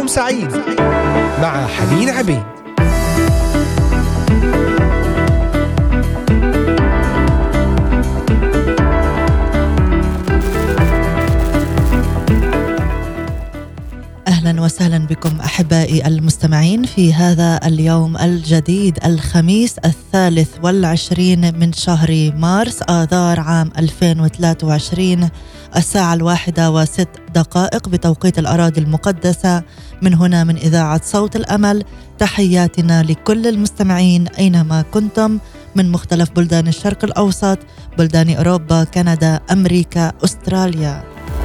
سعيد مع حنين عبيد. أهلا وسهلا بكم أحبائي المستمعين في هذا اليوم الجديد، الخميس 23 من شهر مارس آذار عام 2023، الساعة 1:06 بتوقيت الأراضي المقدسة. من هنا من إذاعة صوت الأمل تحياتنا لكل المستمعين أينما كنتم من مختلف بلدان الشرق الأوسط، بلدان أوروبا، كندا، أمريكا، أستراليا.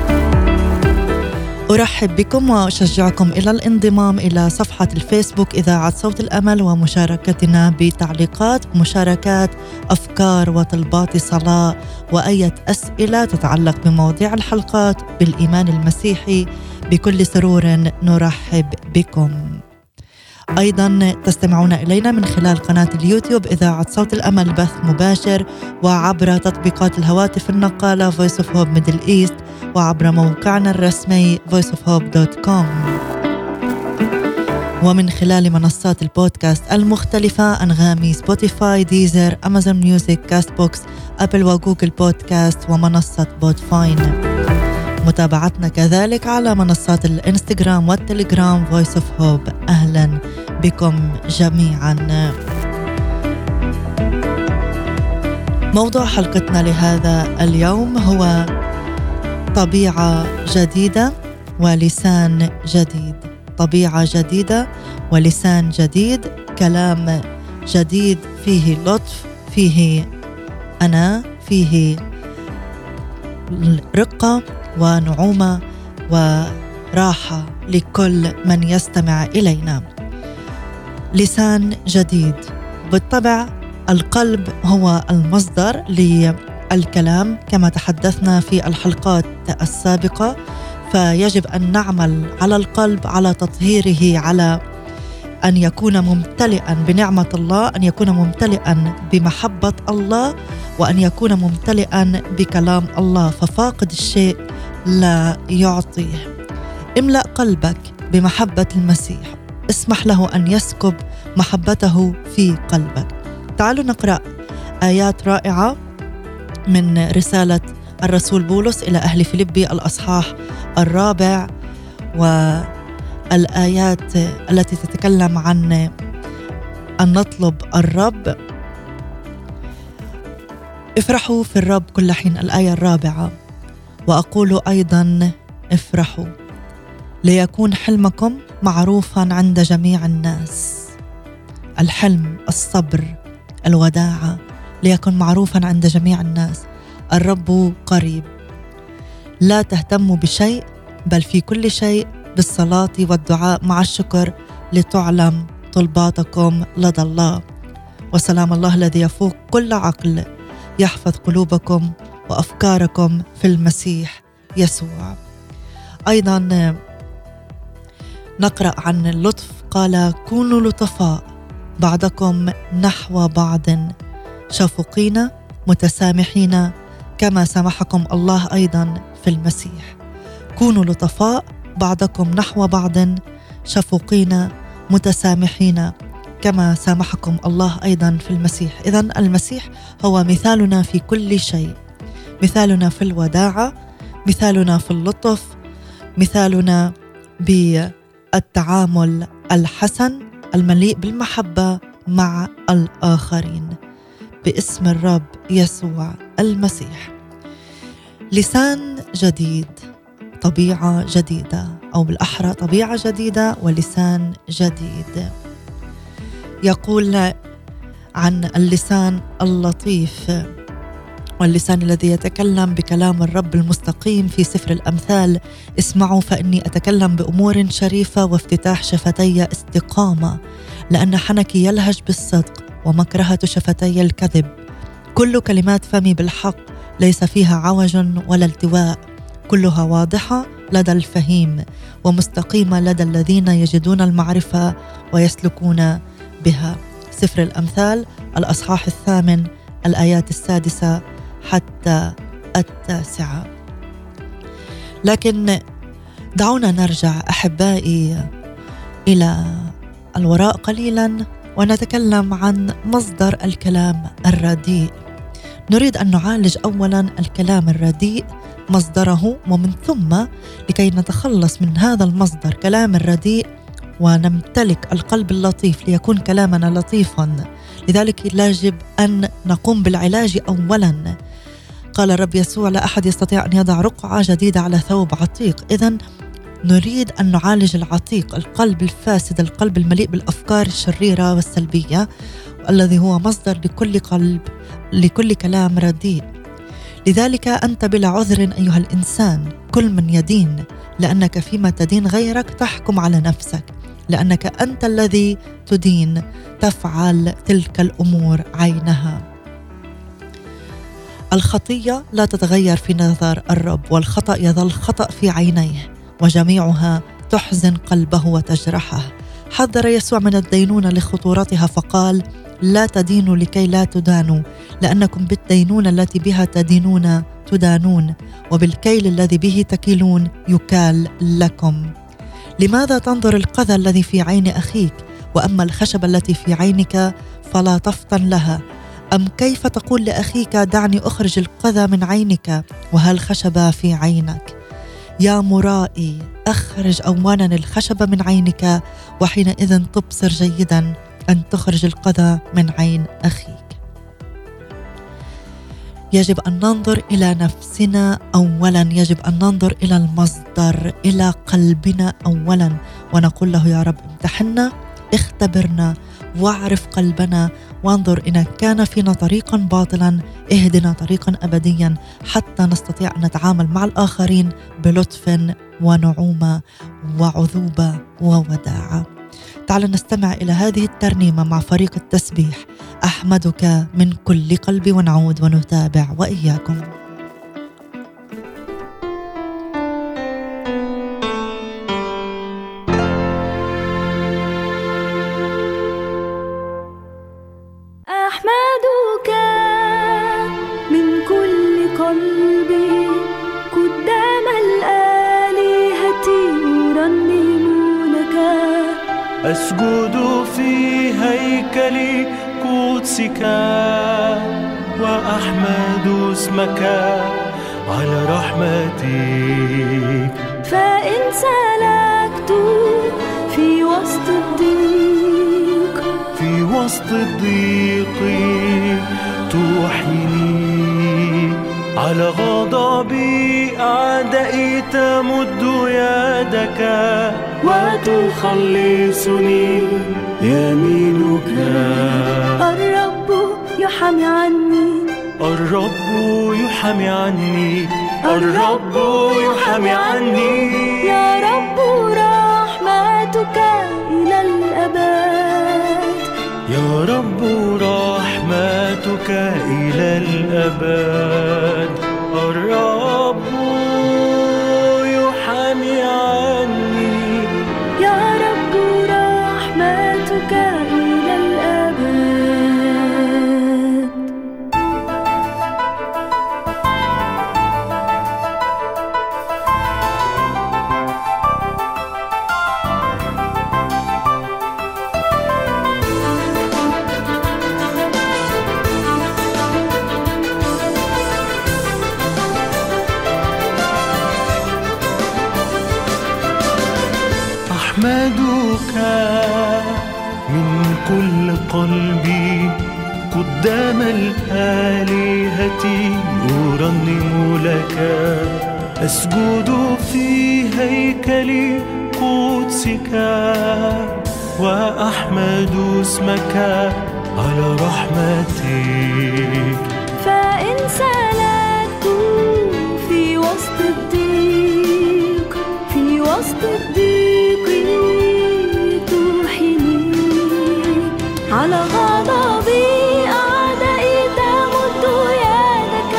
أرحب بكم وأشجعكم إلى الانضمام إلى صفحة الفيسبوك إذاعة صوت الأمل ومشاركتنا بتعليقات، مشاركات، أفكار وطلبات صلاة وأي أسئلة تتعلق بمواضيع الحلقات بالإيمان المسيحي. بكل سرور نرحب بكم. أيضا تستمعون إلينا من خلال قناة اليوتيوب إذاعة صوت الأمل بث مباشر، وعبر تطبيقات الهواتف النقالة Voice of Hope Middle East، وعبر موقعنا الرسمي voiceofhope.com، ومن خلال منصات البودكاست المختلفة أنغامي، سبوتيفاي، ديزر، أمازون ميوزك، كاست بوكس، أبل وجوجل بودكاست ومنصة بودفاين. متابعتنا كذلك على منصات الانستغرام والتليجرام Voice of Hope. أهلا بكم جميعا. موضوع حلقتنا لهذا اليوم هو طبيعة جديدة ولسان جديد. طبيعة جديدة ولسان جديد، كلام جديد فيه لطف، فيه أنا، فيه رقة ونعومة وراحة لكل من يستمع إلينا. لسان جديد. بالطبع القلب هو المصدر للكلام كما تحدثنا في الحلقات السابقة، فيجب أن نعمل على القلب، على تطهيره، على أن يكون ممتلئا بنعمة الله، أن يكون ممتلئا بمحبة الله، وأن يكون ممتلئا بكلام الله، ففاقد الشيء لا يعطيه. املأ قلبك بمحبة المسيح، اسمح له أن يسكب محبته في قلبك. تعالوا نقرأ آيات رائعة من رسالة الرسول بولس إلى أهل فيلبي الأصحاح 4، والآيات التي تتكلم عن أن نطلب الرب. افرحوا في الرب كل حين، الآية 4، وأقول أيضا افرحوا ليكون حلمكم معروفا عند جميع الناس. الحلم، الصبر، الوداعة ليكن معروفا عند جميع الناس. الرب قريب. لا تهتموا بشيء بل في كل شيء بالصلاة والدعاء مع الشكر لتعلم طلباتكم لدى الله، وسلام الله الذي يفوق كل عقل يحفظ قلوبكم وأفكاركم في المسيح يسوع. أيضا نقرأ عن اللطف. قال كونوا لطفاء بعضكم نحو بعض، شفوقين متسامحين كما سامحكم الله أيضا في المسيح. كونوا لطفاء بعضكم نحو بعض، شفوقين متسامحين كما سامحكم الله أيضا في المسيح. إذن المسيح هو مثالنا في كل شيء، مثالنا في الوداعة، مثالنا في اللطف، مثالنا بالتعامل الحسن المليء بالمحبة مع الآخرين. باسم الرب يسوع المسيح. لسان جديد، طبيعة جديدة، أو بالأحرى طبيعة جديدة ولسان جديد. يقول عن اللسان اللطيف واللسان الذي يتكلم بكلام الرب المستقيم في سفر الأمثال: اسمعوا فإني أتكلم بأمور شريفة وافتتاح شفتي استقامة، لأن حنكي يلهج بالصدق ومكرهة شفتي الكذب. كل كلمات فمي بالحق، ليس فيها عوج ولا التواء، كلها واضحة لدى الفهيم ومستقيمة لدى الذين يجدون المعرفة ويسلكون بها. سفر الأمثال الأصحاح 8 الآيات 6 حتى 9. لكن دعونا نرجع أحبائي إلى الوراء قليلا ونتكلم عن مصدر الكلام الرديء. نريد أن نعالج أولا الكلام الرديء مصدره، ومن ثم لكي نتخلص من هذا المصدر كلام الرديء ونمتلك القلب اللطيف ليكون كلامنا لطيفا، لذلك يجب أن نقوم بالعلاج أولا. قال الرب يسوع: لا أحد يستطيع أن يضع رقعة جديدة على ثوب عتيق. إذن نريد أن نعالج العتيق، القلب الفاسد، القلب المليء بالأفكار الشريرة والسلبية، الذي هو مصدر لكل قلب، لكل كلام رديء. لذلك أنت بلا عذر أيها الإنسان، كل من يدين، لأنك فيما تدين غيرك تحكم على نفسك، لأنك أنت الذي تدين تفعل تلك الأمور عينها. الخطية لا تتغير في نظر الرب، والخطأ يظل خطأ في عينيه، وجميعها تحزن قلبه وتجرحه. حذر يسوع من الدينونة لخطورتها فقال: لا تدينوا لكي لا تدانوا، لأنكم بالدينونة التي بها تدينون تدانون، وبالكيل الذي به تكيلون يكال لكم. لماذا تنظر القذى الذي في عين أخيك، وأما الخشبة التي في عينك فلا تفطن لها؟ أم كيف تقول لأخيك: دعني أخرج القذى من عينك، وها الخشبة في عينك؟ يا مرائي، أخرج أولا الخشبة من عينك، وحينئذ تبصر جيدا أن تخرج القذى من عين أخيك. يجب أن ننظر إلى نفسنا أولا، يجب أن ننظر إلى المصدر، إلى قلبنا أولا، ونقول له: يا رب امتحنا، اختبرنا، واعرف قلبنا، وانظر إن كان فينا طريقا باطلا، اهدنا طريقا أبديا، حتى نستطيع أن نتعامل مع الآخرين بلطف ونعومة وعذوبة ووداعة. تعالوا نستمع إلى هذه الترنيمة مع فريق التسبيح، أحمدك من كل قلبي، ونعود ونتابع وإياكم. أحمدك من كل قلبي، قدام الآلهة أرنم لك، أسجد في هيكل قدسك، وأحمد اسمك على رحمتك. فإن سلكت في وسط الضيق، في وسط الضيق توحيني، على غضب أعدائي تمد يدك، وتخلصني يمينك. الرب يحمي عني، الرب يحمي عني، الرب يحمي عني. يا رب رحمتك إلى الأبد، يا رب رحمتك إلى الأبد. الرب يحمي عني، يا رب رحمتك إلى الأبد. أحمدك من كل قلبي، قدام الآلهة أرنم لك، أسجد في هيكل قدسك، وأحمد اسمك على رحمتك. فإن سلكت في وسط الضيق، في وسط الضيق توحيني، على غضب أعدائي تمد يدك،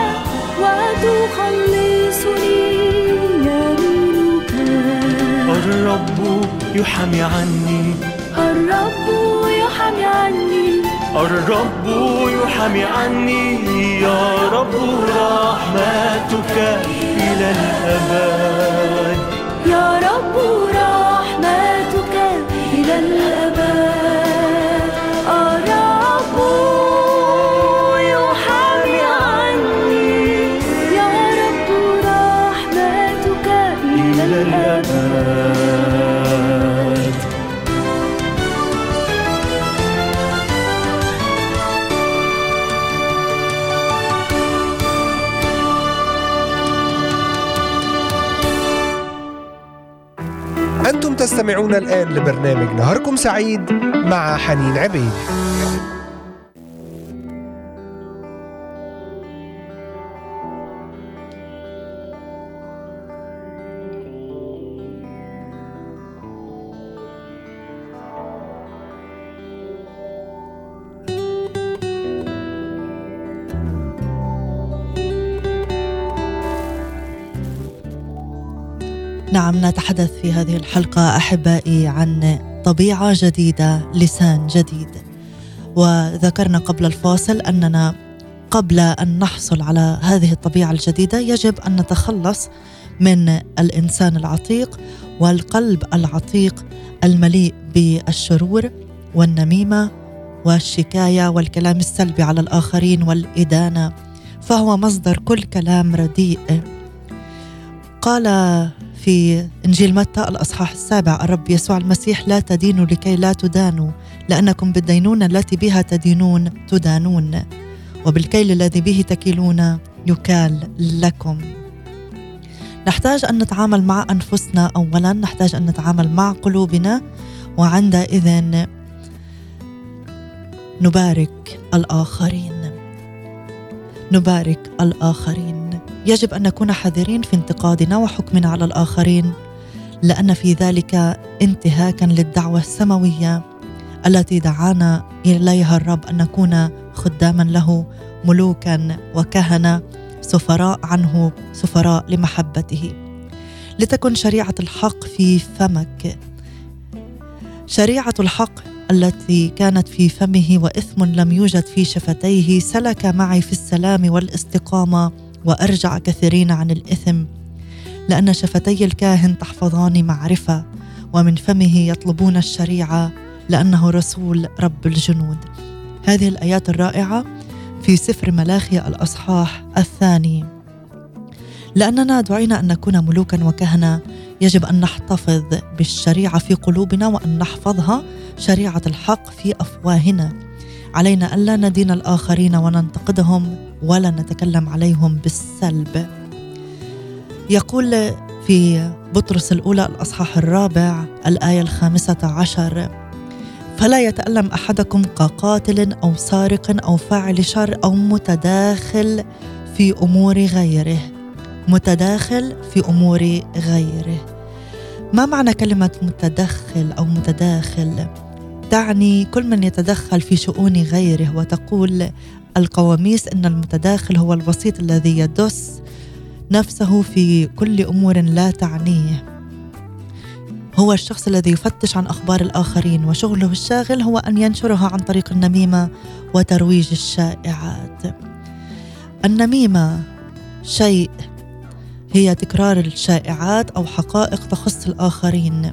وتخلصني يمينك. الرب يحمي عني، الرب يحمي عني، الرب يحمي عني. يا رب رحمتك إلى الأبد، يا رب رحمتك أنتم تستمعون الآن لبرنامج نهاركم سعيد مع حنين عبيد. نعم، نتحدث في هذه الحلقة أحبائي عن طبيعة جديدة، لسان جديد. وذكرنا قبل الفاصل أننا قبل أن نحصل على هذه الطبيعة الجديدة يجب أن نتخلص من الإنسان العتيق والقلب العتيق المليء بالشرور والنميمة والشكاية والكلام السلبي على الآخرين والإدانة، فهو مصدر كل كلام رديء. قال في إنجيل متى الأصحاح 7 الرب يسوع المسيح: لا تدينوا لكي لا تدانوا، لأنكم بالدينونة التي بها تدينون تدانون، وبالكيل الذي به تكيلون يكال لكم. نحتاج أن نتعامل مع أنفسنا أولا، نحتاج أن نتعامل مع قلوبنا، وعندئذ نبارك الآخرين. نبارك الآخرين. يجب أن نكون حذرين في انتقادنا وحكمنا على الآخرين، لأن في ذلك انتهاكا للدعوة السماوية التي دعانا إليها الرب، أن نكون خداما له، ملوكا وكهنة، سفراء عنه، سفراء لمحبته. لتكن شريعة الحق في فمك. شريعة الحق التي كانت في فمه وإثم لم يوجد في شفتيه سلك معي في السلام والاستقامة، وأرجع كثيرين عن الإثم، لأن شفتي الكاهن تحفظان معرفة، ومن فمه يطلبون الشريعة، لأنه رسول رب الجنود. هذه الآيات الرائعة في سفر ملاخي الأصحاح 2. لأننا دعينا أن نكون ملوكا وكهنة، يجب أن نحتفظ بالشريعة في قلوبنا وأن نحفظها، شريعة الحق في أفواهنا. علينا ألا ندين الآخرين وننتقدهم ولا نتكلم عليهم بالسلب. يقول في بطرس الأولى الأصحاح 4 الآية 15: فلا يتألم أحدكم كقاتل أو سارق أو فاعل شر أو متداخل في أمور غيره. متداخل في أمور غيره. ما معنى كلمة متدخل أو متداخل؟ تعني كل من يتدخل في شؤون غيره، وتقول القواميس أن المتداخل هو الوسيط الذي يدس نفسه في كل أمور لا تعنيه. هو الشخص الذي يفتش عن أخبار الآخرين، وشغله الشاغل هو أن ينشرها عن طريق النميمة وترويج الشائعات. النميمة شيء هي تكرار الشائعات أو حقائق تخص الآخرين،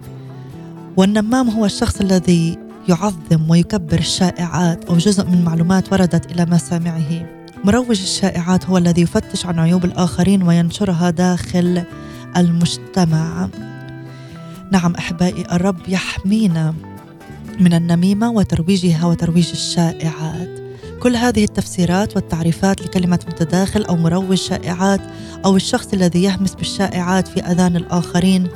والنمام هو الشخص الذي يعظم ويكبر الشائعات أو جزء من معلومات وردت إلى مسامعه. مروج الشائعات هو الذي يفتش عن عيوب الآخرين وينشرها داخل المجتمع. نعم أحبائي، الرب يحمينا من النميمة وترويجها وترويج الشائعات. كل هذه التفسيرات والتعريفات لكلمة متداخل أو مروج شائعات أو الشخص الذي يهمس بالشائعات في أذان الآخرين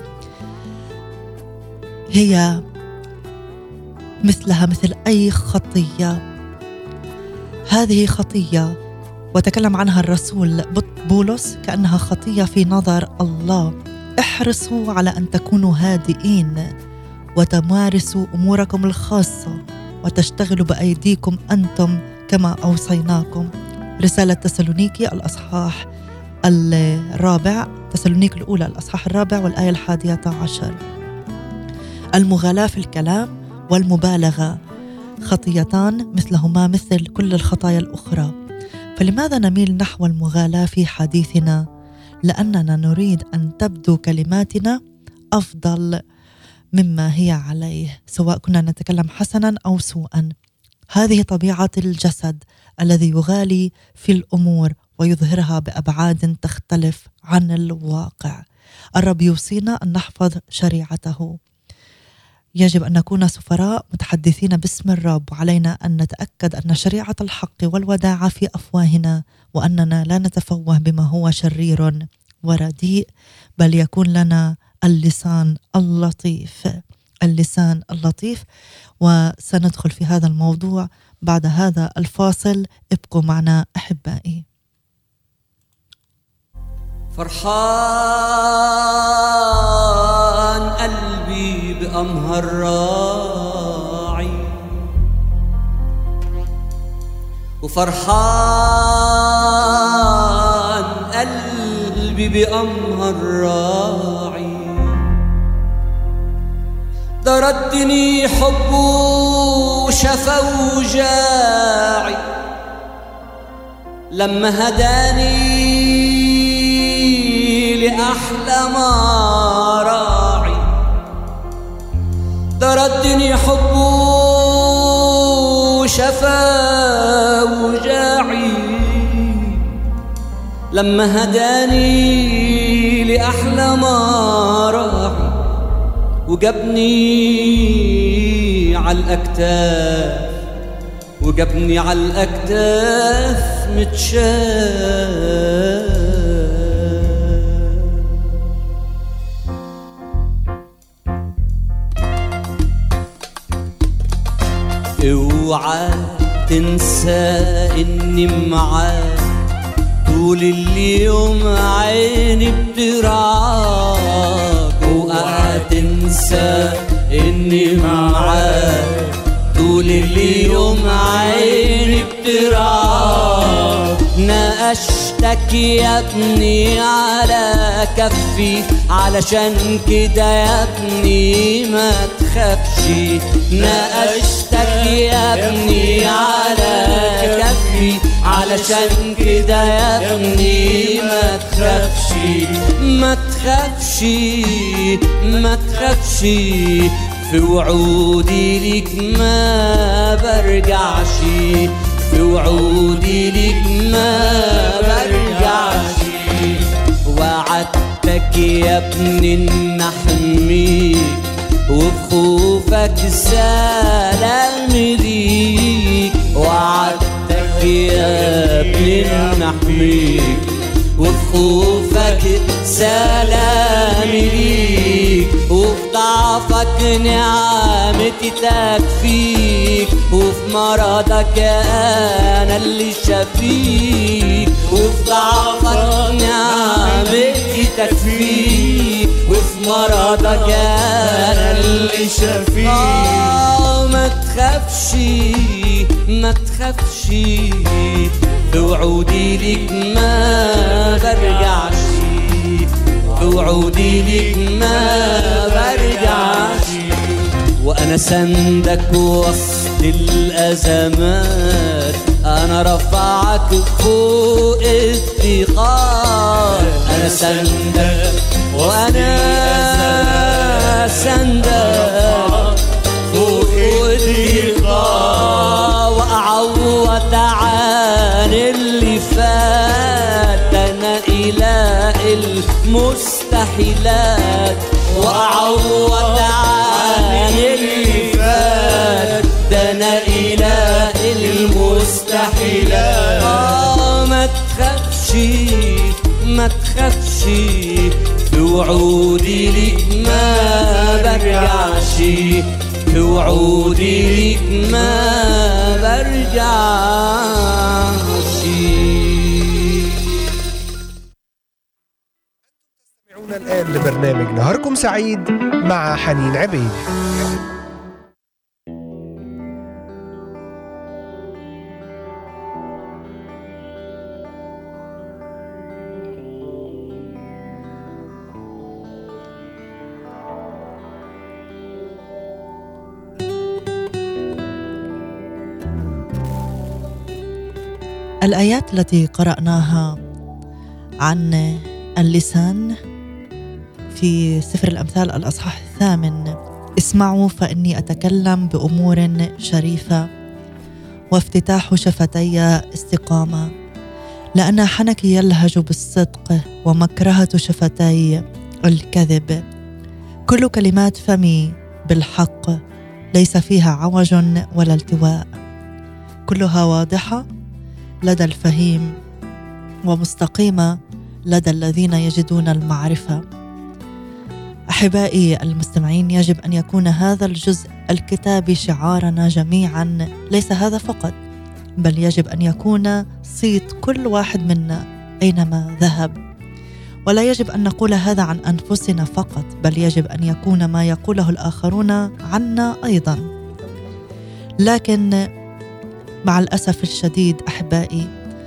هي مثلها مثل أي خطية. هذه خطية وتكلم عنها الرسول بولس كأنها خطية في نظر الله. احرصوا على أن تكونوا هادئين وتمارسوا أموركم الخاصة وتشتغلوا بأيديكم أنتم كما أوصيناكم. رسالة تسالونيكي الأصحاح 4، تسالونيك الأولى الأصحاح 4 والآية 11. المغالاة في الكلام والمبالغة خطيتان مثلهما مثل كل الخطايا الأخرى. فلماذا نميل نحو المغالاة في حديثنا؟ لأننا نريد أن تبدو كلماتنا أفضل مما هي عليه، سواء كنا نتكلم حسنا أو سوءا. هذه طبيعة الجسد الذي يغالي في الأمور ويظهرها بأبعاد تختلف عن الواقع. الرب يوصينا أن نحفظ شريعته. يجب أن نكون سفراء متحدثين باسم الرب، وعلينا أن نتأكد أن شريعة الحق والوداعة في أفواهنا، وأننا لا نتفوه بما هو شرير ورديء، بل يكون لنا اللسان اللطيف. اللسان اللطيف. وسندخل في هذا الموضوع بعد هذا الفاصل. ابقوا معنا أحبائي. فرحان قلبي بأمهر راعي، وفرحان قلبي بأمهر راعي، ضردني حبه وشفى وجاعي، لما هداني لأحلى ما راعي، ضردني حبه وشفى وجاعي، لما هداني لأحلى ما راعي، وجابني عالأكتاف، وجابني عالأكتاف متشاف. اوعى تنسى اني معاك طول اليوم، عيني بترعاك. اوعى تنسى اني معاك طول اليوم، عيني بترعاك. ناقشتك يا ابني على كفي، علشان كده يا ابني ما تخافش. ناقشتك يا ابني على كفي، علشان كده يا ابني ما تخافش. ما تخافش ما تخافش، في وعودي ليك ما برجعش، في وعودي ليك ما برجعش. وعدتك يا ابني ان احميك، وبخوفك سلام ليك. وعدتك يا ابني ان احميك، وبخوفك سلام ليك. وفي ضعفك نعمتي تكفيك، وفي مرضك انا اللي شفيك. وفي ضعفك نعمتي تكفيك، وفي مرضك انا اللي شفيك. ما تخافش ما تخافش، في وعودي ليك ما برجعش، في وعودي ليك ما برجعش. وانا سندك وسط الازمات، انا رفعك فوق الثقات. انا سندك وانا سندك فوق الثقات، واعوض عن اللي فات. انا اله المستحيلات، واعوض عن اللي فات. ده انا اله المستحيلات. ما تخافش ما تخافش، في وعودي ليك ما برجعش، في وعودي ليك ما برجعش. تستمعون الآن لبرنامج نهاركم سعيد مع حنين عبيد. الآيات التي قرأناها عن اللسان في سفر الأمثال الأصحاح 8: اسمعوا فإني أتكلم بأمور شريفة، وافتتاح شفتي استقامة، لأن حنكي يلهج بالصدق، ومكرهة شفتي الكذب. كل كلمات فمي بالحق، ليس فيها عوج ولا التواء. كلها واضحة لدى الفهيم، ومستقيمة لدى الذين يجدون المعرفة. أحبائي المستمعين، يجب أن يكون هذا الجزء الكتابي شعارنا جميعا. ليس هذا فقط، بل يجب أن يكون صيت كل واحد منا أينما ذهب. ولا يجب أن نقول هذا عن أنفسنا فقط، بل يجب أن يكون ما يقوله الآخرون عنا أيضا. لكن مع الأسف الشديد أحبائي،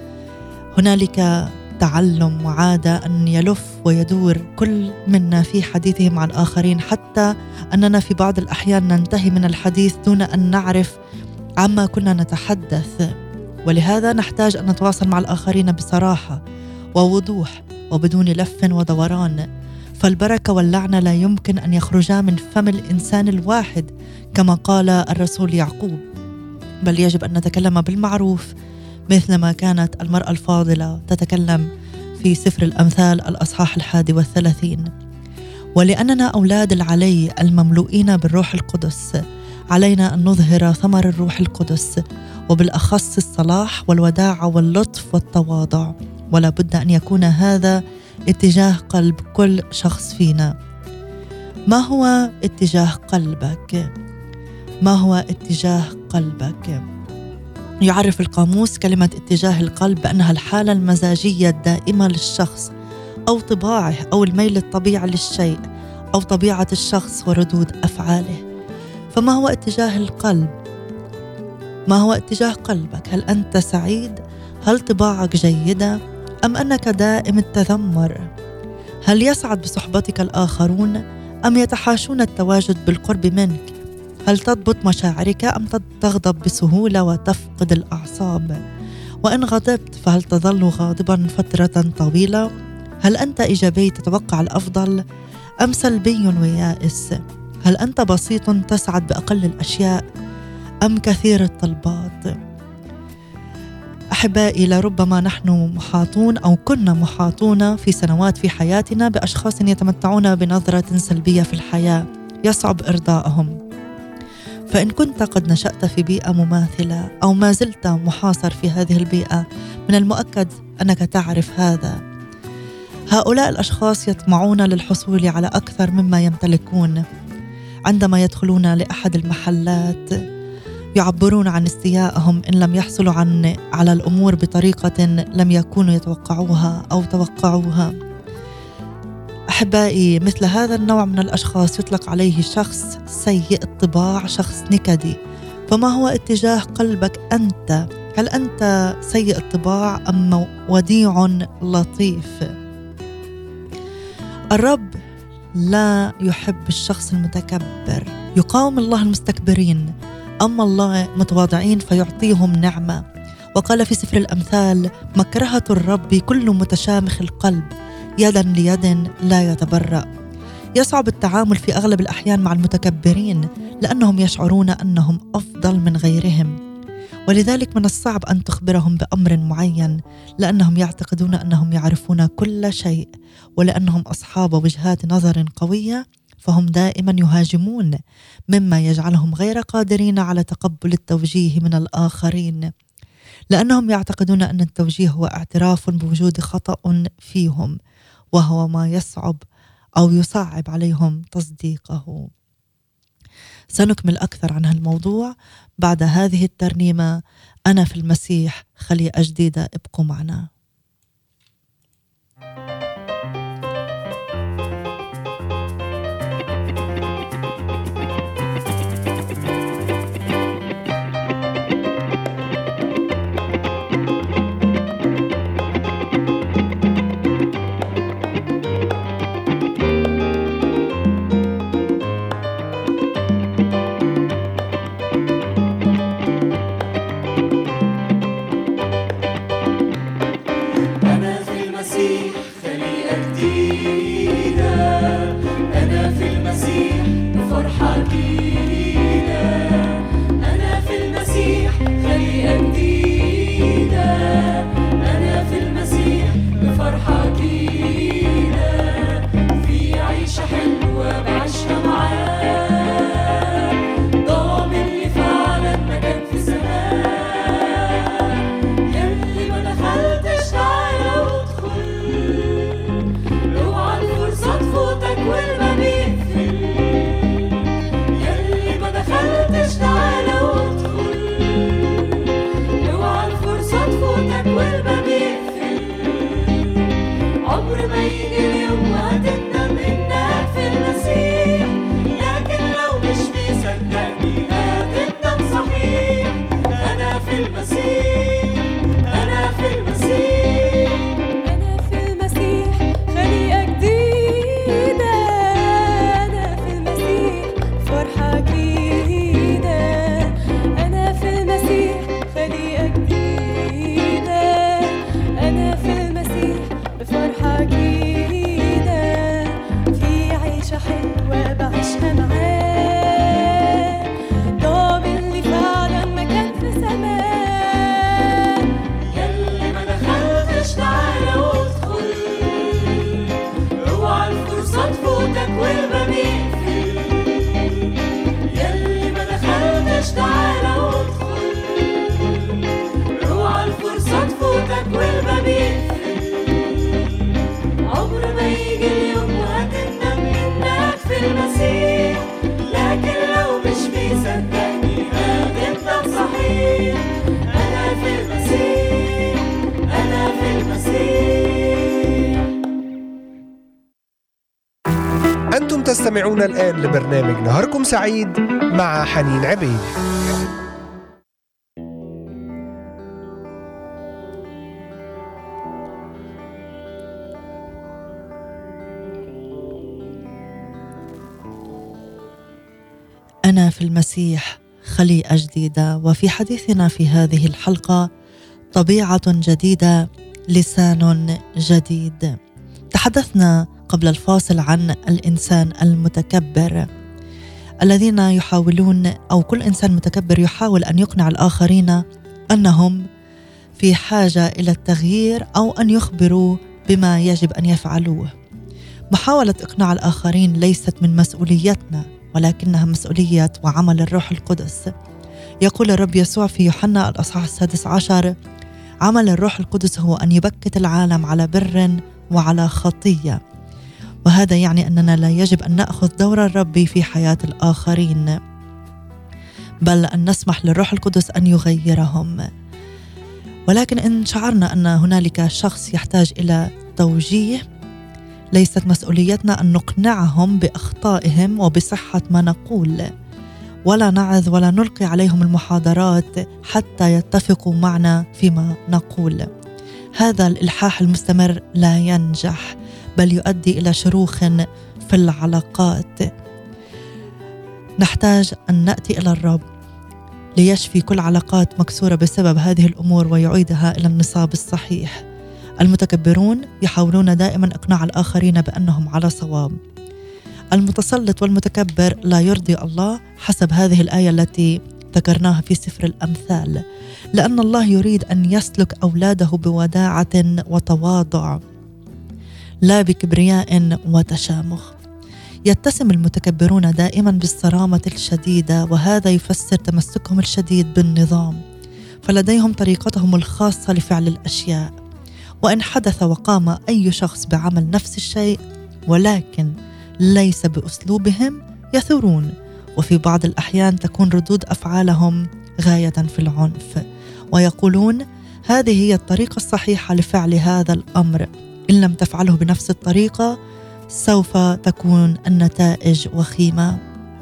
هنالك تعلم وعادة أن يلف ويدور كل منا في حديثه مع الآخرين، حتى أننا في بعض الأحيان ننتهي من الحديث دون أن نعرف عما كنا نتحدث. ولهذا نحتاج أن نتواصل مع الآخرين بصراحة ووضوح وبدون لف ودوران، فالبركة واللعنة لا يمكن أن يخرجا من فم الإنسان الواحد كما قال الرسول يعقوب، بل يجب أن نتكلم بالمعروف مثلما كانت المرأة الفاضلة تتكلم في سفر الأمثال الأصحاح 31. ولأننا أولاد العلي المملوئين بالروح القدس، علينا أن نظهر ثمر الروح القدس، وبالأخص الصلاح والوداعة واللطف والتواضع. ولا بد أن يكون هذا اتجاه قلب كل شخص فينا. ما هو اتجاه قلبك؟ ما هو اتجاه قلبك؟ يعرف القاموس كلمة اتجاه القلب بأنها الحالة المزاجية الدائمة للشخص، أو طباعه، أو الميل الطبيعي للشيء، أو طبيعة الشخص وردود أفعاله. فما هو اتجاه القلب؟ ما هو اتجاه قلبك؟ هل أنت سعيد؟ هل طباعك جيدة؟ أم أنك دائم التذمر؟ هل يسعد بصحبتك الآخرون أم يتحاشون التواجد بالقرب منك؟ هل تضبط مشاعرك أم تغضب بسهولة وتفقد الأعصاب؟ وإن غضبت فهل تظل غاضبا فترة طويلة؟ هل أنت إيجابي تتوقع الأفضل أم سلبي ويائس؟ هل أنت بسيط تسعد بأقل الأشياء أم كثير الطلبات؟ أحبائي، لربما نحن محاطون أو كنا محاطون في سنوات في حياتنا بأشخاص يتمتعون بنظرة سلبية في الحياة يصعب إرضائهم. فإن كنت قد نشأت في بيئة مماثلة أو ما زلت محاصر في هذه البيئة، من المؤكد أنك تعرف هذا. هؤلاء الأشخاص يطمعون للحصول على أكثر مما يمتلكون. عندما يدخلون لأحد المحلات يعبرون عن استيائهم إن لم يحصلوا على الأمور بطريقة لم يكونوا يتوقعوها أو توقعوها. أحبائي، مثل هذا النوع من الأشخاص يطلق عليه شخص سيء الطباع، شخص نكدي. فما هو اتجاه قلبك أنت؟ هل أنت سيء الطباع أم وديع لطيف؟ الرب لا يحب الشخص المتكبر، يقاوم الله المستكبرين، أما الله متواضعين فيعطيهم نعمة. وقال في سفر الأمثال: مكرهة الرب كل متشامخ القلب، يدا ليد لا يتبرأ. يصعب التعامل في أغلب الأحيان مع المتكبرين لأنهم يشعرون أنهم أفضل من غيرهم، ولذلك من الصعب أن تخبرهم بأمر معين لأنهم يعتقدون أنهم يعرفون كل شيء، ولأنهم أصحاب وجهات نظر قوية فهم دائما يهاجمون، مما يجعلهم غير قادرين على تقبل التوجيه من الآخرين، لأنهم يعتقدون أن التوجيه هو اعتراف بوجود خطأ فيهم، وهو ما يصعب أو يصعب عليهم تصديقه. سنكمل أكثر عن هالموضوع بعد هذه الترنيمة. أنا في المسيح، خليقة جديدة. ابقوا معنا. والمبيت يجي اليوم وهتندم إنك في المسيح، لكن لو مش مصدقني هتندم صحيح. أنا في المسيح، أنا في المسيح، أنا في المسيح خليقة جديدة. أنا في المسيح فرحة جديدة. أنا في المسيح خليقة جديدة. أنا في المسيح بفرحة جديدة. في عيشة حلوة بعيشها معاه، ضامن لي فعلا مكان في سماه. يلي ما دخلتش تعالى وادخل، اوعى الفرصة تفوتك والباب يقفل. يلي ما دخلتش تعالى وادخل، اوعى الفرصة تفوتك والباب يقفل. عمر ما يجي اليوم وهتندم إنك في المسيح، لكن لو مش مصدقني هتندم صحيح. أنا في المسيح، أنا في المسيح. أنتم تستمعون الآن لبرنامج نهاركم سعيد مع حنين عبيد. أنا في المسيح خليقة جديدة. وفي حديثنا في هذه الحلقة طبيعة جديدة، لسان جديد. تحدثنا قبل الفاصل عن الإنسان المتكبر الذين يحاولون، أو كل إنسان متكبر يحاول أن يقنع الآخرين أنهم في حاجة إلى التغيير أو أن يخبروا بما يجب أن يفعلوه. محاولة إقناع الآخرين ليست من مسؤوليتنا، ولكنها مسؤولية وعمل الروح القدس. يقول الرب يسوع في يوحنا الأصحاح 16: عمل الروح القدس هو أن يبكت العالم على بر وعلى خطية. وهذا يعني أننا لا يجب أن نأخذ دور الرب في حياة الآخرين، بل أن نسمح للروح القدس أن يغيرهم. ولكن إن شعرنا أن هنالك شخص يحتاج إلى توجيه، ليست مسؤوليتنا أن نقنعهم بأخطائهم وبصحة ما نقول، ولا نعظ ولا نلقي عليهم المحاضرات حتى يتفقوا معنا فيما نقول. هذا الإلحاح المستمر لا ينجح، بل يؤدي إلى شروخ في العلاقات. نحتاج أن نأتي إلى الرب ليشفي كل علاقات مكسورة بسبب هذه الأمور ويعيدها إلى النصاب الصحيح. المتكبرون يحاولون دائما إقناع الآخرين بأنهم على صواب. المتسلط والمتكبر لا يرضي الله حسب هذه الآية التي ذكرناها في سفر الأمثال، لأن الله يريد أن يسلك أولاده بوداعة وتواضع، لا بكبرياء وتشامخ. يتسم المتكبرون دائما بالصرامة الشديدة، وهذا يفسر تمسكهم الشديد بالنظام، فلديهم طريقتهم الخاصة لفعل الأشياء. وإن حدث وقام أي شخص بعمل نفس الشيء ولكن ليس بأسلوبهم، يثورون، وفي بعض الأحيان تكون ردود أفعالهم غاية في العنف، ويقولون هذه هي الطريقة الصحيحة لفعل هذا الأمر، إن لم تفعله بنفس الطريقة سوف تكون النتائج وخيمة.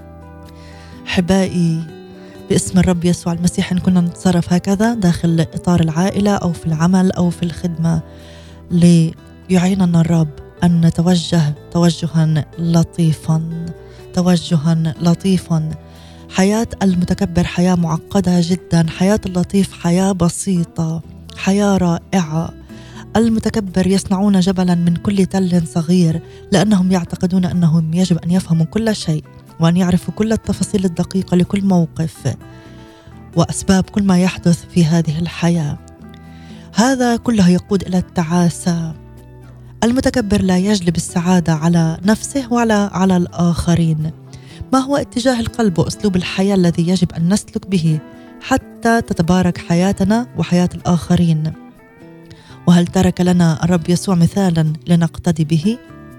حبائي، باسم الرب يسوع المسيح إن كنا نتصرف هكذا داخل إطار العائلة أو في العمل أو في الخدمة، ليعيننا الرب أن نتوجه توجها لطيفا. حياة المتكبر حياة معقدة جدا، حياة اللطيف حياة بسيطة، حياة رائعة. المتكبر يصنعون جبلا من كل تل صغير، لأنهم يعتقدون أنهم يجب أن يفهموا كل شيء وأن يعرفوا كل التفاصيل الدقيقة لكل موقف وأسباب كل ما يحدث في هذه الحياة. هذا كله يقود إلى التعاسة. المتكبر لا يجلب السعادة على نفسه ولا على الآخرين. ما هو اتجاه القلب وأسلوب الحياة الذي يجب أن نسلك به حتى تتبارك حياتنا وحياة الآخرين؟ وهل ترك لنا الرب يسوع مثالا لنقتدي به؟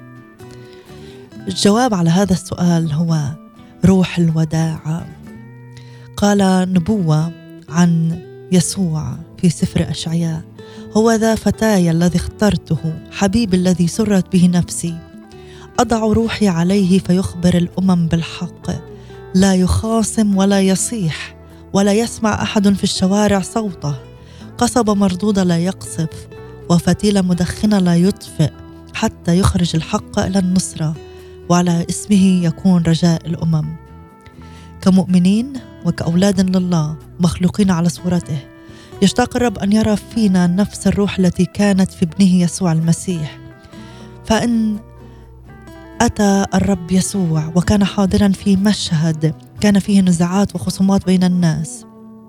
الجواب على هذا السؤال هو روح الوداعة. قال نبوة عن يسوع في سفر أشعياء: هو ذا فتاي الذي اخترته، حبيبي الذي سرت به نفسي. أضع روحي عليه فيخبر الأمم بالحق، لا يخاصم ولا يصيح، ولا يسمع أحد في الشوارع صوته. قصبة مردودة لا يقصف، وفتيلة مدخنة لا يطفئ، حتى يخرج الحق إلى النصرة، وعلى اسمه يكون رجاء الأمم. كمؤمنين وكأولاد لله مخلوقين على صورته، يشتاق الرب أن يرى فينا نفس الروح التي كانت في ابنه يسوع المسيح. فإن أتى الرب يسوع وكان حاضرا في مشهد كان فيه نزاعات وخصومات بين الناس،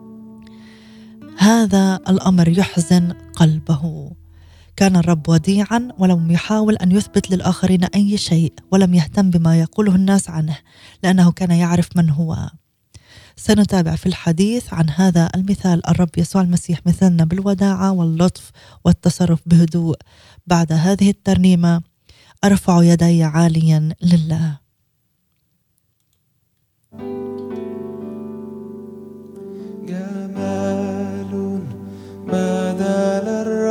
هذا الأمر يحزن قلبه. كان الرب وديعا ولم يحاول أن يثبت للآخرين أي شيء، ولم يهتم بما يقوله الناس عنه، لأنه كان يعرف من هو. سنتابع في الحديث عن هذا المثال الرب يسوع المسيح، مثلنا بالوداعة واللطف والتصرف بهدوء. بعد هذه الترنيمة أرفع يدي عاليا لله. جمال بدل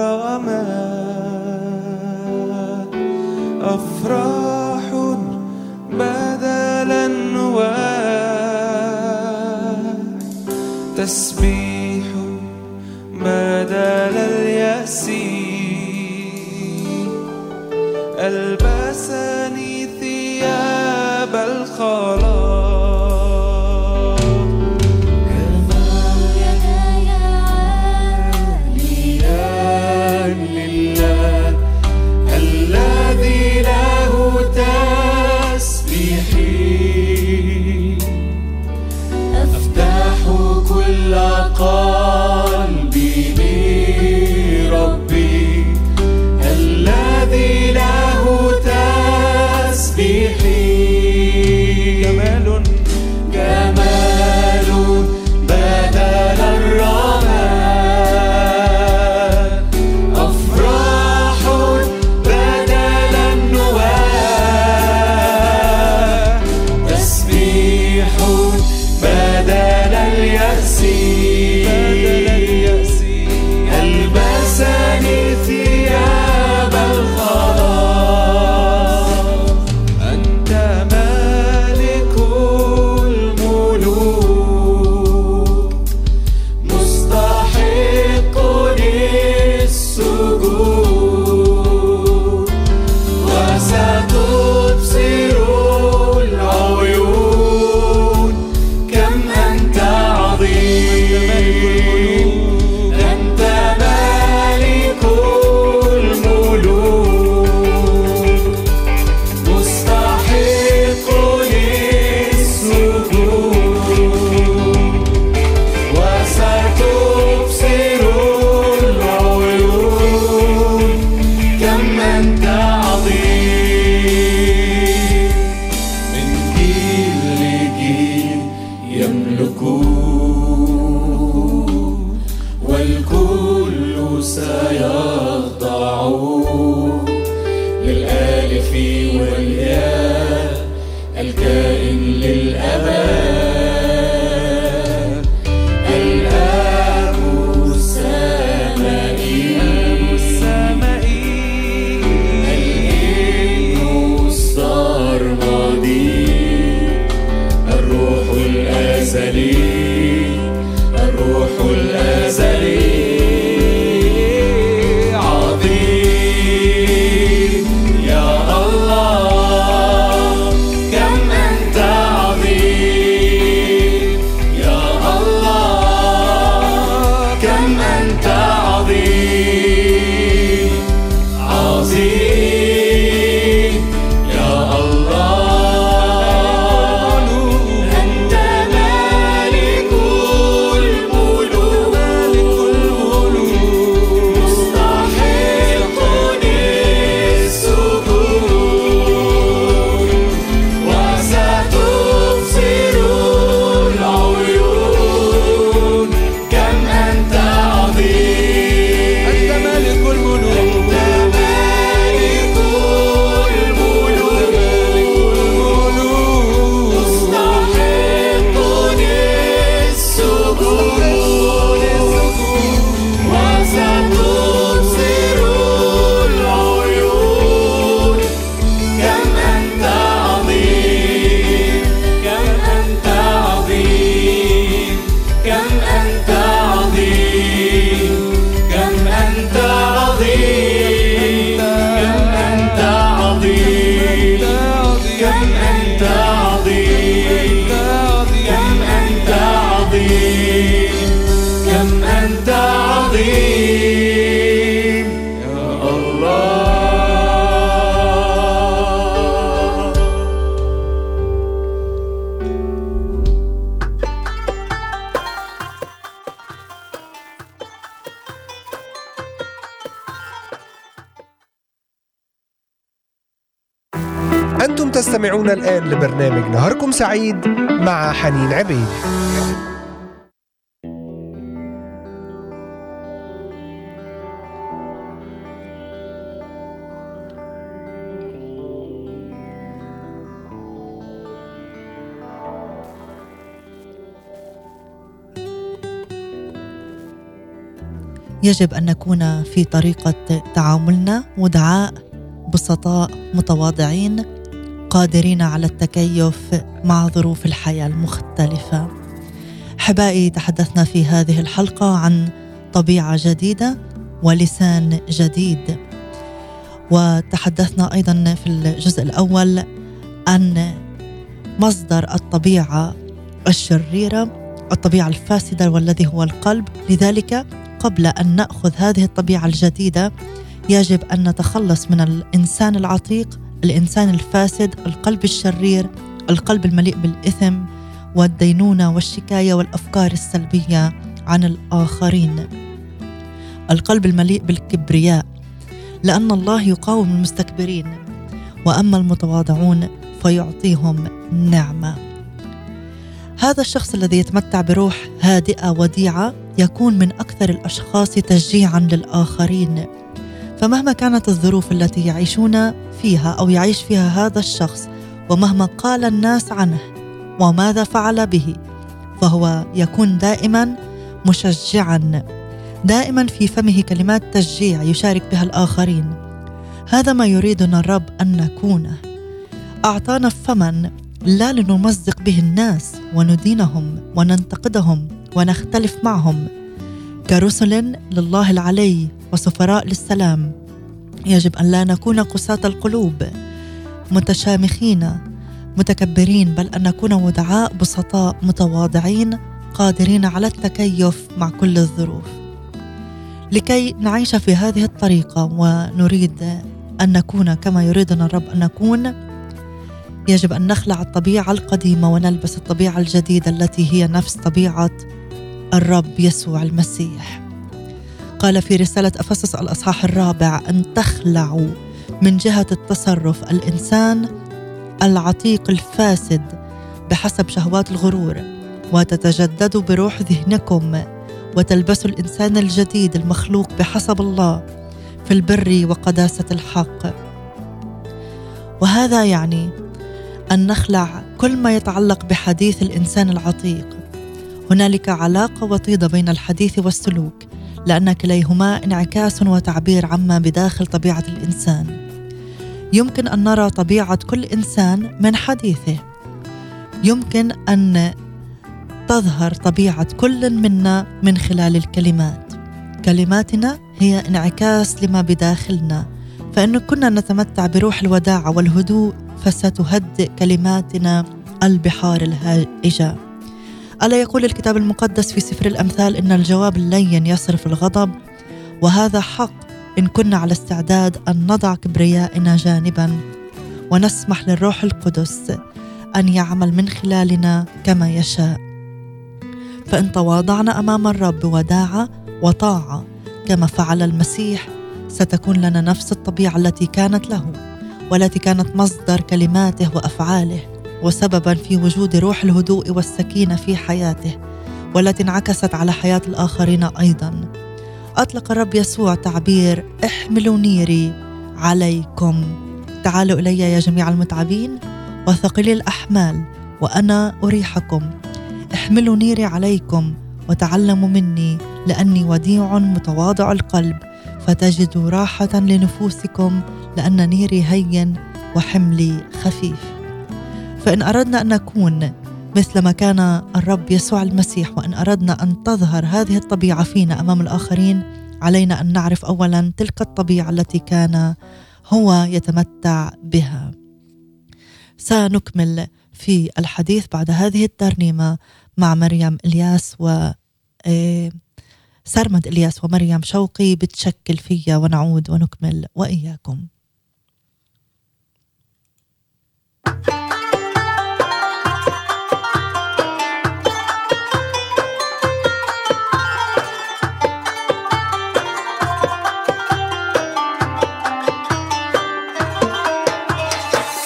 الرماد، أفراح بدل النواح، تسبيح بدل اليأس، ألبسني ثياب الخلاص. قلبي بربي الذي له تسبيحي. جمال جمال بدل الرماد، أفراح بدل النواح، تسبيح بدل اليأس، ألبسني ثياب الخلاص. أنت مالك الملوك، مستحق للسجود، وستبصر العيون كم أنت عظيم. أنت مالك الملوك، مستحق للسجود، وستبصر العيون كم أنت عظيم. من جيل لجيل يملكون، والكل سيخضع للآلف والياء الكائن للأبد، الآب السمائي، الابن السرمدي، الروح الأزلي، الروح الأزلي. عظيم يا الله، كم أنت عظيم. أنتم تستمعون الآن لبرنامج نهاركم سعيد مع حنين عبيد. يجب أن نكون في طريقة تعاملنا ودعاء بسطاء متواضعين قادرين على التكيف مع ظروف الحياة المختلفة. أحبائي، تحدثنا في هذه الحلقة عن طبيعة جديدة ولسان جديد، وتحدثنا أيضا في الجزء الأول عن مصدر الطبيعة الشريرة، الطبيعة الفاسدة والذي هو القلب. لذلك قبل أن نأخذ هذه الطبيعة الجديدة يجب أن نتخلص من الإنسان العتيق، الإنسان الفاسد، القلب الشرير، القلب المليء بالإثم والدينونة والشكاية والأفكار السلبية عن الآخرين، القلب المليء بالكبرياء، لأن الله يقاوم المستكبرين وأما المتواضعون فيعطيهم نعمة. هذا الشخص الذي يتمتع بروح هادئة وديعة يكون من أكثر الأشخاص تشجيعاً للآخرين، فمهما كانت الظروف التي يعيشون فيها أو يعيش فيها هذا الشخص، ومهما قال الناس عنه وماذا فعل به، فهو يكون دائماً مشجعاً، دائماً في فمه كلمات تشجيع يشارك بها الآخرين. هذا ما يريدنا الرب أن نكونه. أعطانا فماً لا لنمزق به الناس وندينهم وننتقدهم ونختلف معهم، كرسل لله العلي وسفراء للسلام. يجب أن لا نكون قساة القلوب متشامخين متكبرين، بل أن نكون ودعاء بسطاء متواضعين قادرين على التكيف مع كل الظروف. لكي نعيش في هذه الطريقة ونريد أن نكون كما يريدنا الرب أن نكون، يجب أن نخلع الطبيعة القديمة ونلبس الطبيعة الجديدة التي هي نفس طبيعة الرب يسوع المسيح. قال في رسالة أفسس الأصحاح 4 أن تخلعوا من جهة التصرف الإنسان العتيق الفاسد بحسب شهوات الغرور، وتتجددوا بروح ذهنكم وتلبسوا الإنسان الجديد المخلوق بحسب الله في البر وقداسة الحق. وهذا يعني أن نخلع كل ما يتعلق بحديث الإنسان العتيق. هنالك علاقة وطيدة بين الحديث والسلوك، لأن كليهما انعكاس وتعبير عما بداخل طبيعة الإنسان. يمكن أن نرى طبيعة كل إنسان من حديثه، يمكن أن تظهر طبيعة كل منا من خلال الكلمات. كلماتنا هي انعكاس لما بداخلنا، فإن كنا نتمتع بروح الوداعة والهدوء فستهدئ كلماتنا البحار الهائجة. ألا يقول الكتاب المقدس في سفر الأمثال إن الجواب اللين يصرف الغضب؟ وهذا حق إن كنا على استعداد أن نضع كبريائنا جانبا ونسمح للروح القدس أن يعمل من خلالنا كما يشاء. فإن تواضعنا أمام الرب بوداعة وطاعة كما فعل المسيح، ستكون لنا نفس الطبيعة التي كانت له والتي كانت مصدر كلماته وأفعاله وسببا في وجود روح الهدوء والسكينة في حياته، والتي انعكست على حياة الآخرين أيضا. أطلق الرب يسوع تعبير احملوا نيري عليكم، تعالوا إلي يا جميع المتعبين وثقيلي الأحمال وأنا أريحكم. احملوا نيري عليكم وتعلموا مني لأني وديع متواضع القلب فتجدوا راحة لنفوسكم، لأن نيري هين وحملي خفيف. فإن أردنا أن نكون مثل ما كان الرب يسوع المسيح، وإن أردنا أن تظهر هذه الطبيعة فينا أمام الآخرين، علينا أن نعرف أولا تلك الطبيعة التي كان هو يتمتع بها. سنكمل في الحديث بعد هذه الترنيمة مع مريم إلياس سرمد إلياس ومريم شوقي بتشكل فيا، ونعود ونكمل وإياكم.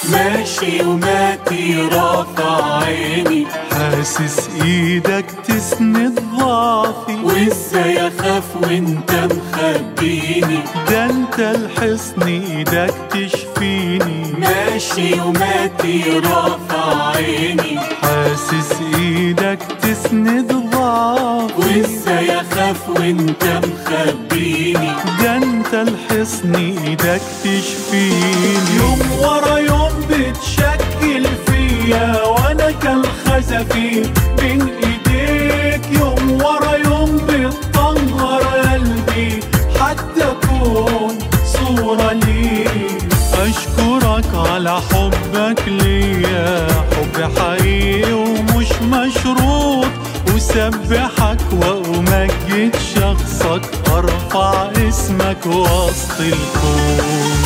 ماشي وماتي رافع عيني، حاسس ايدك تسند ضعفي، وازاي اخاف وانت مخبيني، ده انت الحصن ايدك تشفيني. ماشي وماتي رافع عيني، حاسس ايدك تسند ضعفي، وازاي اخاف وانت مخبيني، ده انت الحصن ايدك تشفيني. يوم ورا يوم بتشكل فيا وانا كالخزفي بين ايديك، يوم ورا يوم بتطهر قلبي حتى اكون صورة ليك. اشكرك على حبك ليا، حب حقيقي ومش مشروط، وسبحك وامجد شخصك، ارفع اسمك وسط الكون.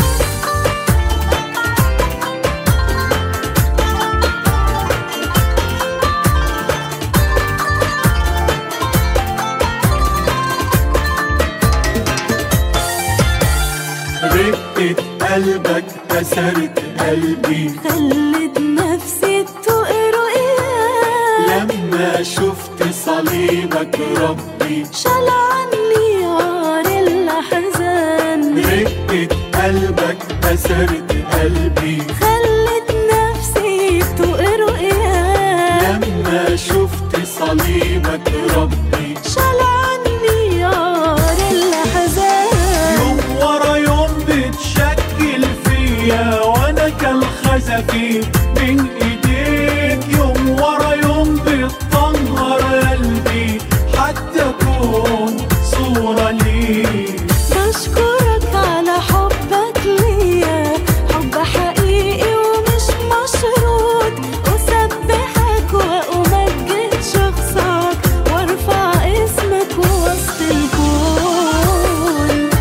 رقة قلبك أسرت قلبي، خلت نفسي تقرأ لما شفت صليبك ربي، شال عني عار الأحزان. رقة قلبك أسرت قلبي، خلت نفسي تقرأ لما شفت صليبك ربي، شال عني عار الأحزان. يوم ورا يوم بتشكل فيا وانا كالخزفي بين ايديك، يوم ورا يوم بتطهر قلبي حتى اكون صورة ليك. بشكرك على حبك ليا، حب حقيقي ومش مشروط، وسبحك وأمجد شخصك، وارفع اسمك وسط الكون.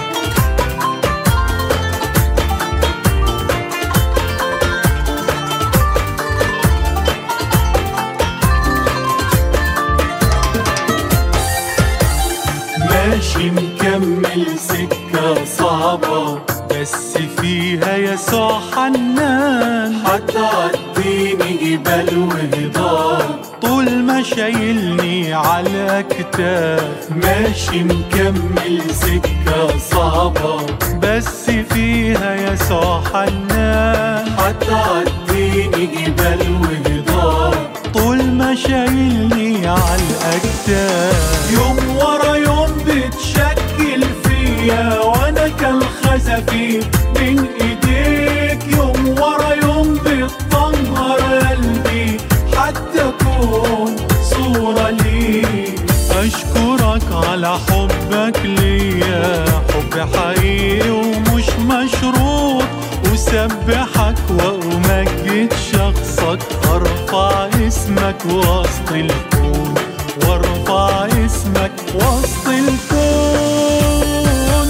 ماشي مكمل سكة صعبة، بس فيها يسوع حنان، هتعديني جبال وهضاب، طول ما شايلني على كتاف. ماشي مكمل سكة صعبة، بس فيها يسوع حنان، هتعديني جبال وهضاب، طول ما شايلني على الأكتاف. يوم ورا يوم بتشكل فيا وانا كالخزفي بين ايديك، يوم ورا يوم بتطهر قلبي حتى اكون صورة ليك. اشكرك على حبك ليا، حب حقيقي ومش مشروط، وسبحك وامجد شخصك، ارفع اسمك وسط الكون، وارفع اسمك وسط الكون.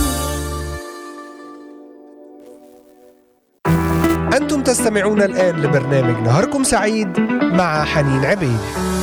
أنتم تستمعون الآن لبرنامج نهاركم سعيد مع حنين عبيد.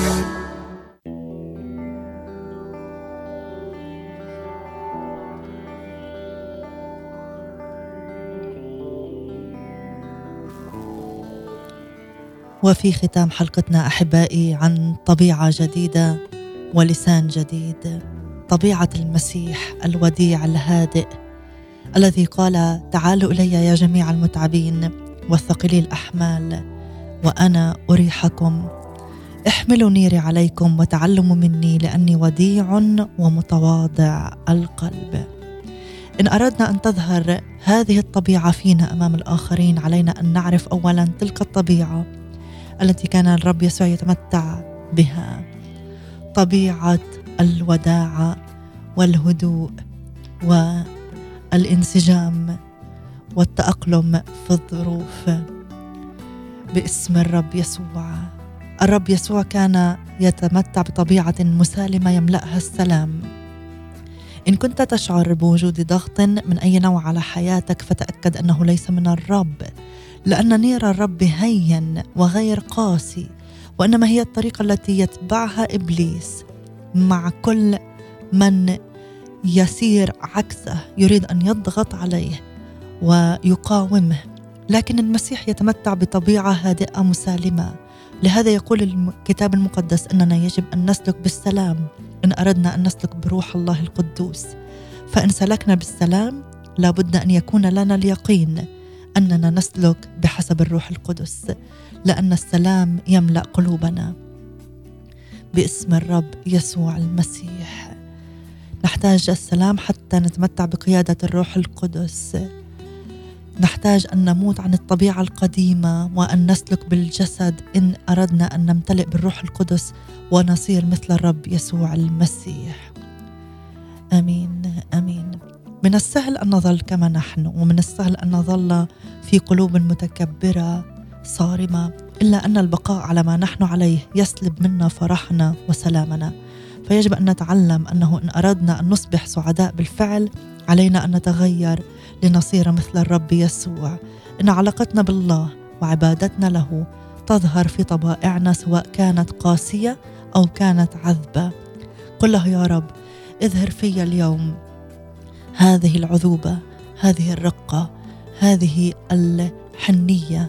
وفي ختام حلقتنا أحبائي عن طبيعة جديدة ولسان جديد، طبيعة المسيح الوديع الهادئ الذي قال: تعالوا إلي يا جميع المتعبين والثقلي الأحمال وأنا أريحكم، احملوا نيري عليكم وتعلموا مني لأني وديع ومتواضع القلب. إن أردنا أن تظهر هذه الطبيعة فينا أمام الآخرين، علينا أن نعرف أولا تلك الطبيعة التي كان الرب يسوع يتمتع بها، طبيعة الوداعة والهدوء والانسجام والتأقلم في الظروف. باسم الرب يسوع، الرب يسوع كان يتمتع بطبيعة مسالمة يملأها السلام. إن كنت تشعر بوجود ضغط من أي نوع على حياتك فتأكد أنه ليس من الرب، لأن نير الرب هين وغير قاسي، وإنما هي الطريقة التي يتبعها إبليس مع كل من يسير عكسه، يريد أن يضغط عليه ويقاومه لكن المسيح يتمتع بطبيعة هادئة مسالمة. لهذا يقول الكتاب المقدس أننا يجب أن نسلك بالسلام إن أردنا أن نسلك بروح الله القدوس. فإن سلكنا بالسلام لابد أن يكون لنا اليقين أننا نسلك بحسب الروح القدس، لأن السلام يملأ قلوبنا. باسم الرب يسوع المسيح نحتاج السلام حتى نتمتع بقيادة الروح القدس. نحتاج أن نموت عن الطبيعة القديمة وأن نسلك بالجسد إن أردنا أن نمتلئ بالروح القدس ونصير مثل الرب يسوع المسيح. آمين آمين. من السهل أن نظل كما نحن، ومن السهل أن نظل في قلوب متكبرة صارمة، إلا أن البقاء على ما نحن عليه يسلب منا فرحنا وسلامنا. فيجب أن نتعلم أنه إن أردنا أن نصبح سعداء بالفعل علينا أن نتغير لنصير مثل الرب يسوع. إن علاقتنا بالله وعبادتنا له تظهر في طبائعنا سواء كانت قاسية أو كانت عذبة. قل له يا رب اظهر في اليوم هذه العذوبة، هذه الرقة، هذه الحنية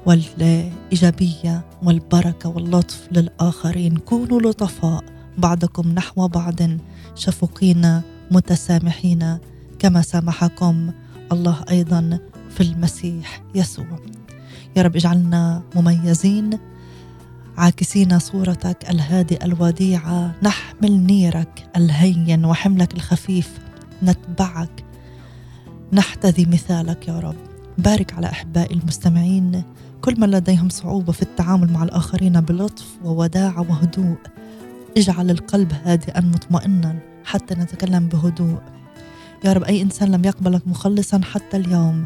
والإيجابية والبركة واللطف للآخرين. كونوا لطفاء بعضكم نحو بعض، شفقين متسامحين كما سامحكم الله أيضا في المسيح يسوع. يا رب اجعلنا مميزين، عاكسين صورتك الهادئة الوديعة، نحمل نيرك الهين وحملك الخفيف، نتبعك، نحتذي مثالك يا رب. بارك على أحبائي المستمعين، كل من لديهم صعوبة في التعامل مع الآخرين بلطف ووداعة وهدوء. اجعل القلب هادئا مطمئنا حتى نتكلم بهدوء. يا رب أي إنسان لم يقبلك مخلصا حتى اليوم،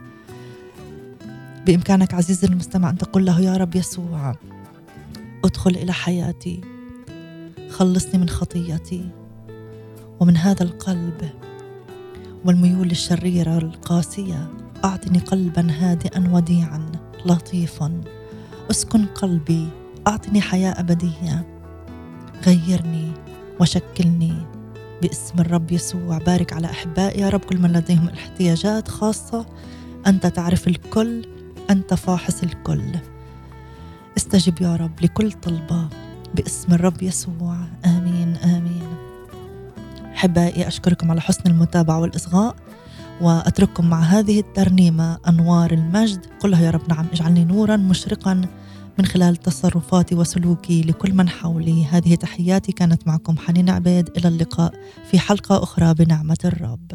بإمكانك عزيزي المستمع أن تقول له يا رب يسوع ادخل إلى حياتي، خلصني من خطيتي ومن هذا القلب والميول الشريرة القاسية. أعطني قلبا هادئا وديعا لطيفا، اسكن قلبي، أعطني حياة أبدية، غيرني وشكلني باسم الرب يسوع. بارك على أحبائي يا رب، كل من لديهم احتياجات خاصة، أنت تعرف الكل، أنت فاحص الكل. استجب يا رب لكل طلبة باسم الرب يسوع. آمين آمين. أحبائي أشكركم على حسن المتابعة والإصغاء، وأترككم مع هذه الترنيمة أنوار المجد. قل له يا رب نعم اجعلني نورا مشرقا من خلال تصرفاتي وسلوكي لكل من حولي. هذه تحياتي، كانت معكم حنين عبيد. إلى اللقاء في حلقة أخرى بنعمة الرب.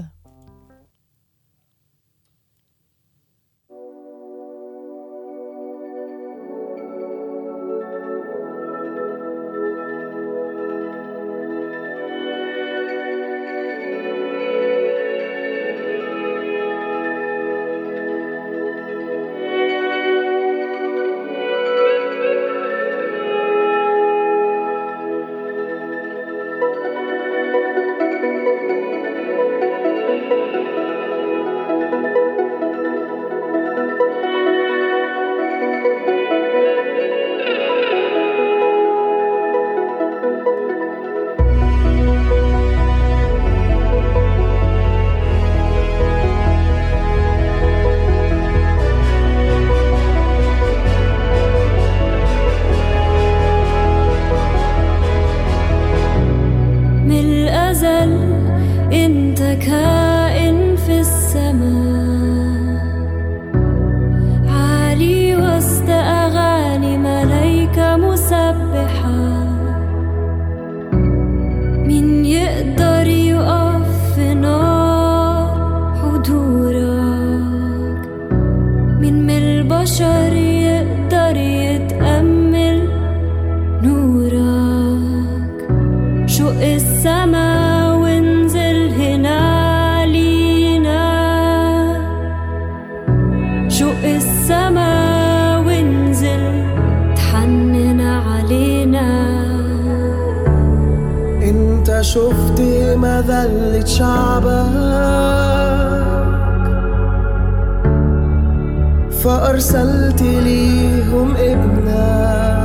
شفت مذلة شعبك فأرسلت ليهم ابنك.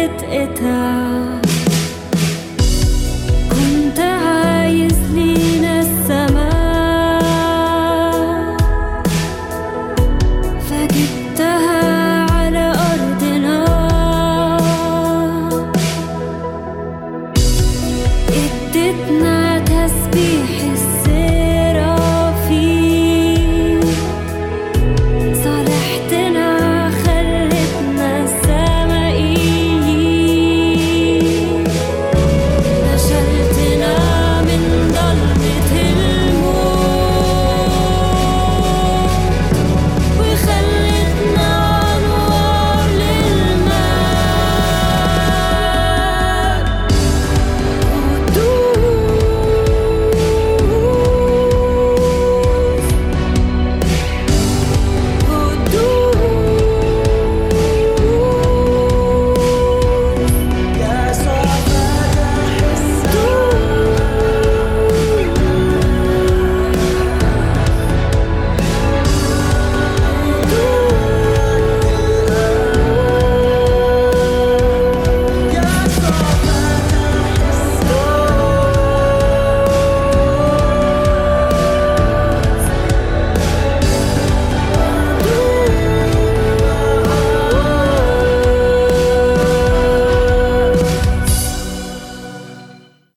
بتتقطع